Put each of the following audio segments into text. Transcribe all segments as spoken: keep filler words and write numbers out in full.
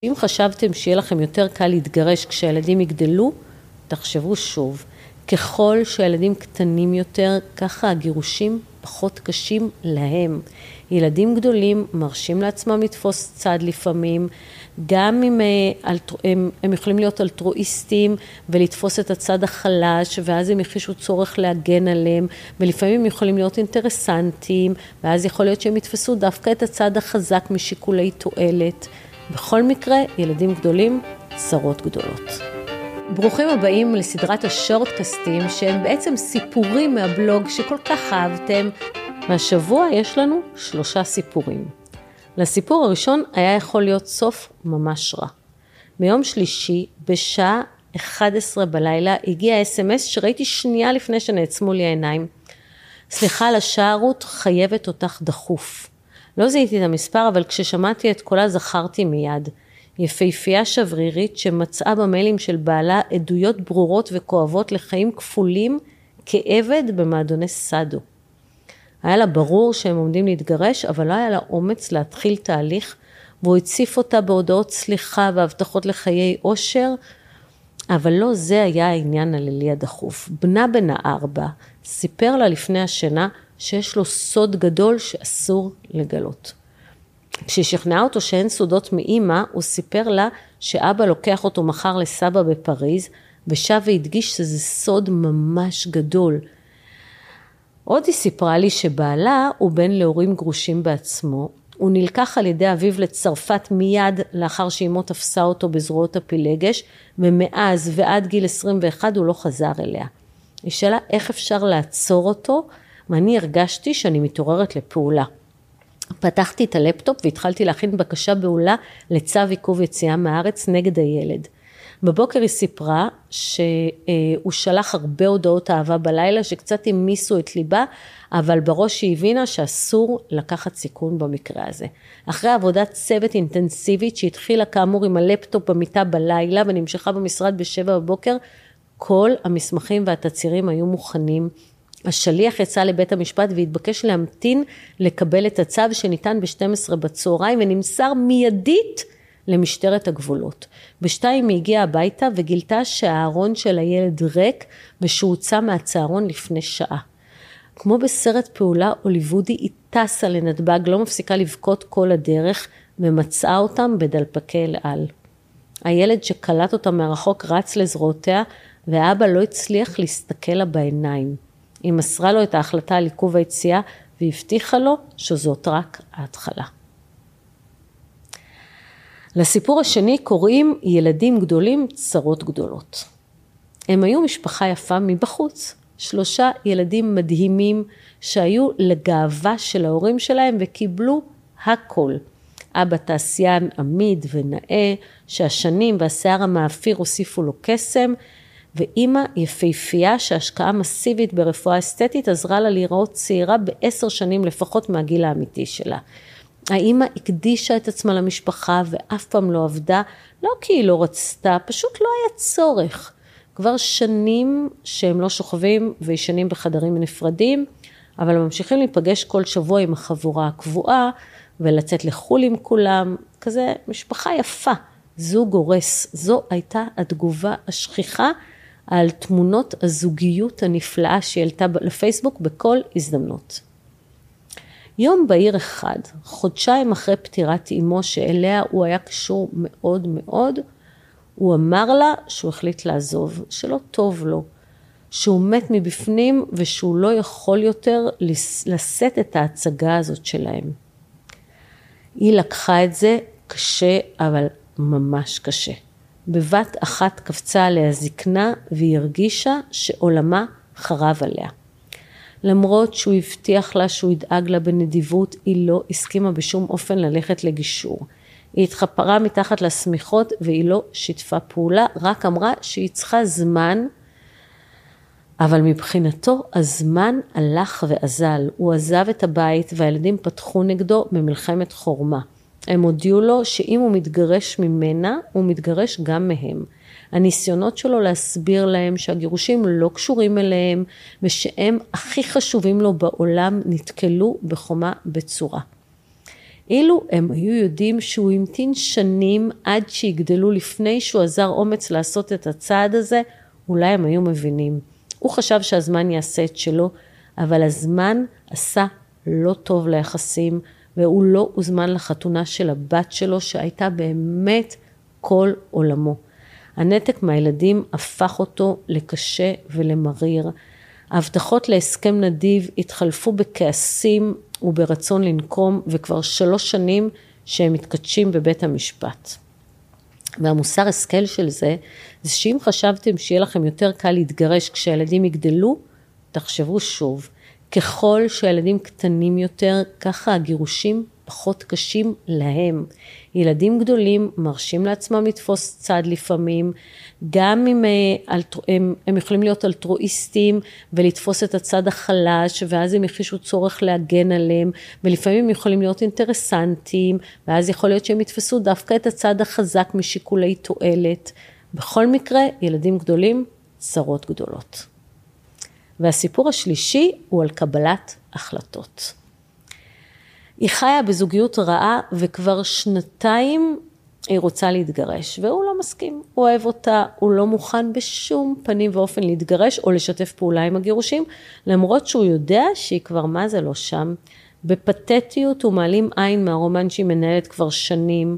אם חשבתם שיהיה לכם יותר קל להתגרש כשהילדים יגדלו, תחשבו שוב. ככל שהילדים קטנים יותר, ככה הגירושים פחות קשים להם. ילדים גדולים מרשים לעצמם לתפוס צד לפעמים, גם אם הם, הם יכולים להיות אלטרואיסטים ולתפוס את הצד החלש, ואז הם יחישו צורך להגן עליהם, ולפעמים הם יכולים להיות אינטרסנטים, ואז יכול להיות שהם יתפסו דווקא את הצד החזק משיקולי תועלת. בכל מקרה, ילדים גדולים, צרות גדולות. ברוכים הבאים לסדרת השורטקסטים, שהם בעצם סיפורים מהבלוג שכל כך אהבתם. מהשבוע יש לנו שלושה סיפורים. לסיפור הראשון היה יכול להיות סוף ממש רע. ביום שלישי, בשעה אחת עשרה בלילה, הגיע אס אם אס שראיתי שנייה לפני שנעצמו לי העיניים. סליחה על השעה, רות, חייבת אותך דחוף. לא זיהיתי את המספר, אבל כששמעתי את קולה זכרתי מיד. יפהפייה שברירית שמצאה במיילים של בעלה עדויות ברורות וכואבות לחיים כפולים כעבד במועדוני סאדו. היה לה ברור שהם עומדים להתגרש, אבל לא היה לה אומץ להתחיל תהליך, והוא הציף אותה בהודעות סליחה והבטחות לחיי אושר, אבל לא זה היה העניין הלילי הדחוף. בנה בן הארבע סיפר לה לפני השינה שיש לו סוד גדול שאסור לגלות. כששכנעה אותו שאין סודות מאמא, הוא סיפר לה שאבא לוקח אותו מחר לסבא בפריז, ושב והדגיש שזה סוד ממש גדול. עוד היא סיפרה לי שבעלה הוא בן להורים גרושים בעצמו, הוא נלקח על ידי אביו לצרפת מיד לאחר שאימו תפסה אותו בזרועות הפילגש, ומאז ועד גיל עשרים ואחת הוא לא חזר אליה. היא שאלה איך אפשר לעצור אותו, ואני הרגשתי שאני מתעוררת לפעולה. פתחתי את הלפטופ והתחלתי להכין בקשה בעולה לצו עיכוב יציאה מהארץ נגד הילד. בבוקר היא סיפרה שהוא שלח הרבה הודעות אהבה בלילה שקצת המיסו את ליבה, אבל בראש היא הבינה שאסור לקחת סיכון במקרה הזה. אחרי עבודת צוות אינטנסיבית שהתחילה כאמור עם הלפטופ במיטה בלילה ונמשכה במשרד בשבע בבוקר, כל המסמכים והתצהירים היו מוכנים. השליח יצא לבית המשפט והתבקש להמתין לקבל את הצו שניתן ב-שתים עשרה בצהריים ונמסר מיידית למשטרת הגבולות. בשתיים היא הגיעה הביתה וגילתה שהארון של הילד ריק ושהוצא מהצהרון לפני שעה. כמו בסרט פעולה הוליוודי היא טסה לנתב"ג, לא מפסיקה לבכות כל הדרך ומצאה אותם בדלפקי אל על. הילד שקלט אותה מרחוק רץ לזרועותיה והאבא לא הצליח להסתכל לה בעיניים. היא מסרה לו את ההחלטה על עיכוב היציאה והבטיחה לו שזאת רק ההתחלה. לסיפור השני קוראים ילדים גדולים צרות גדולות. הם היו משפחה יפה מבחוץ, שלושה ילדים מדהימים שהיו לגאווה של ההורים שלהם וקיבלו הכל. אבא תעשיין עמיד ונאה שהשנים והשיער המאפיר הוסיפו לו קסם, ואמא יפהפייה שהשקעה מסיבית ברפואה אסתטית עזרה לה להיראות צעירה בעשר שנים לפחות מהגיל האמיתי שלה. האמא הקדישה את עצמה למשפחה ואף פעם לא עבדה, לא כי היא לא רצתה, פשוט לא היה צורך. כבר שנים שהם לא שוכבים וישנים בחדרים נפרדים, אבל הם ממשיכים להיפגש כל שבוע עם החבורה הקבועה ולצאת לחול עם כולם, כזה משפחה יפה, זוג הורס. זו הייתה התגובה השכיחה על תמונות הזוגיות הנפלאה שהעלתה לפייסבוק בכל הזדמנות. יום בהיר אחד, חודשיים אחרי פטירת אמו שאליה הוא היה קשור מאוד מאוד, הוא אמר לה שהוא החליט לעזוב, שלא טוב לו, שהוא מת מבפנים ושהוא לא יכול יותר לשאת את ההצגה הזאת שלהם. היא לקחה את זה קשה, אבל ממש קשה. בבת אחת קפצה עליה זקנה והיא הרגישה שעולמה חרב עליה. למרות שהוא הבטיח לה שהוא ידאג לה בנדיבות, היא לא הסכימה בשום אופן ללכת לגישור. היא התחפרה מתחת לסמיכות והיא לא שיתפה פעולה, רק אמרה שהיא צריכה זמן, אבל מבחינתו הזמן הלך ועזל. הוא עזב את הבית והילדים פתחו נגדו במלחמת חורמה. הם הודיעו לו שאם הוא מתגרש ממנה, הוא מתגרש גם מהם. הניסיונות שלו להסביר להם שהגירושים לא קשורים אליהם, ושהם הכי חשובים לו בעולם נתקלו בחומה בצורה. אילו הם היו יודעים שהוא המתין שנים עד שיגדלו לפני שהוא עזר אומץ לעשות את הצעד הזה, אולי הם היו מבינים. הוא חשב שהזמן יעשה את שלו, אבל הזמן עשה לא טוב ליחסים, והוא לא הוזמן לחתונה של הבת שלו, שהייתה באמת כל עולמו. הנתק מהילדים הפך אותו לקשה ולמריר. ההבטחות להסכם נדיב התחלפו בכעסים וברצון לנקום, וכבר שלוש שנים שהם מתקדשים בבית המשפט. והמוסר השכל של זה, זה שאם חשבתם שיהיה לכם יותר קל להתגרש כשהילדים יגדלו, תחשבו שוב. ככל שהילדים קטנים יותר, ככה הגירושים פחות קשים להם. ילדים גדולים מרשים לעצמם לתפוס צד לפעמים, גם אם הם, הם יכולים להיות אלטרואיסטים ולתפוס את הצד החלש, ואז הם יחישו צורך להגן עליהם, ולפעמים הם יכולים להיות אינטרסנטים, ואז יכול להיות שהם יתפסו דווקא את הצד החזק משיקולי תועלת. בכל מקרה, ילדים גדולים, צרות גדולות. והסיפור השלישי הוא על קבלת החלטות. היא חיה בזוגיות רעה וכבר שנתיים היא רוצה להתגרש, והוא לא מסכים, הוא אוהב אותה, הוא לא מוכן בשום פנים ואופן להתגרש או לשתף פעולה עם הגירושים, למרות שהוא יודע שהיא כבר מה זה לא שם. בפתטיות הוא מעלים עין מהרומן שהיא מנהלת כבר שנים,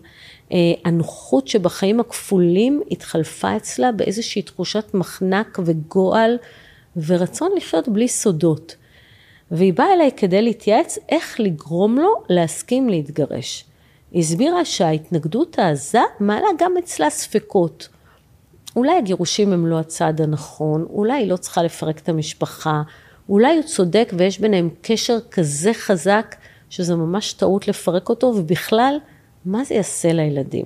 הנוחות שבחיים הכפולים התחלפה אצלה באיזושהי תחושת מחנק וגועל, ורצון לחיות בלי סודות. והיא באה אליי כדי להתייעץ איך לגרום לו להסכים להתגרש. היא הסבירה שההתנגדות העזה מעלה גם אצלה ספקות. אולי הגירושים הם לא הצעד הנכון, אולי היא לא צריכה לפרק את המשפחה, אולי הוא צודק ויש ביניהם קשר כזה חזק שזה ממש טעות לפרק אותו, ובכלל, מה זה יעשה לילדים?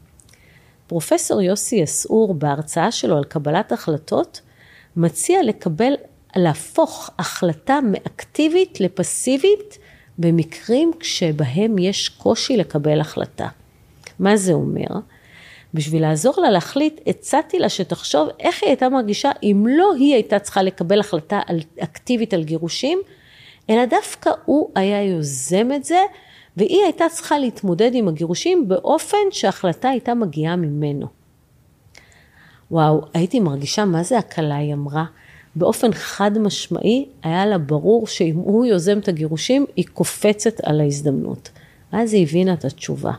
פרופסור יוסי יסעור בהרצאה שלו על קבלת החלטות, מציע לקבל, להפוך החלטה מאקטיבית לפסיבית, במקרים כשבהם יש קושי לקבל החלטה. מה זה אומר? בשביל לעזור לה להחליט, הצעתי לה שתחשוב איך היא הייתה מרגישה, אם לא היא הייתה צריכה לקבל החלטה אקטיבית על גירושים, אלא דווקא הוא היה יוזם את זה, והיא הייתה צריכה להתמודד עם הגירושים באופן שההחלטה הייתה מגיעה ממנו. וואו, הייתי מרגישה מה זה הקלה, היא אמרה. באופן חד משמעי היה לה ברור שאם הוא יוזם את הגירושים, היא קופצת על ההזדמנות. אז היא הבינה את התשובה.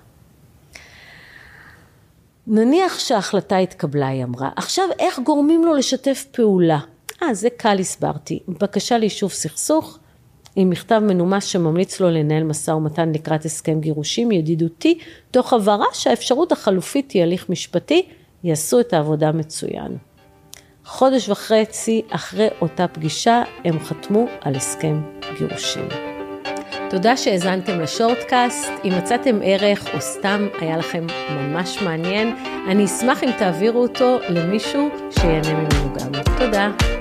נניח שההחלטה התקבלה, היא אמרה. עכשיו, איך גורמים לו לשתף פעולה? אה, זה קל הסברתי. בקשה ליישוב סכסוך, עם מכתב מנומס שממליץ לו לנהל משא ומתן לקראת הסכם גירושים ידידותי, תוך הבהרה שהאפשרות החלופית היא הליך משפטי, יעשו את העבודה מצוין. חודש וחצי אחרי אותה פגישה, הם חתמו על הסכם גירושים. תודה שהזנתם לשורטקאסט. אם מצאתם ערך או סתם היה לכם ממש מעניין, אני אשמח אם תעבירו אותו למישהו שיהנה ממנו גם. תודה.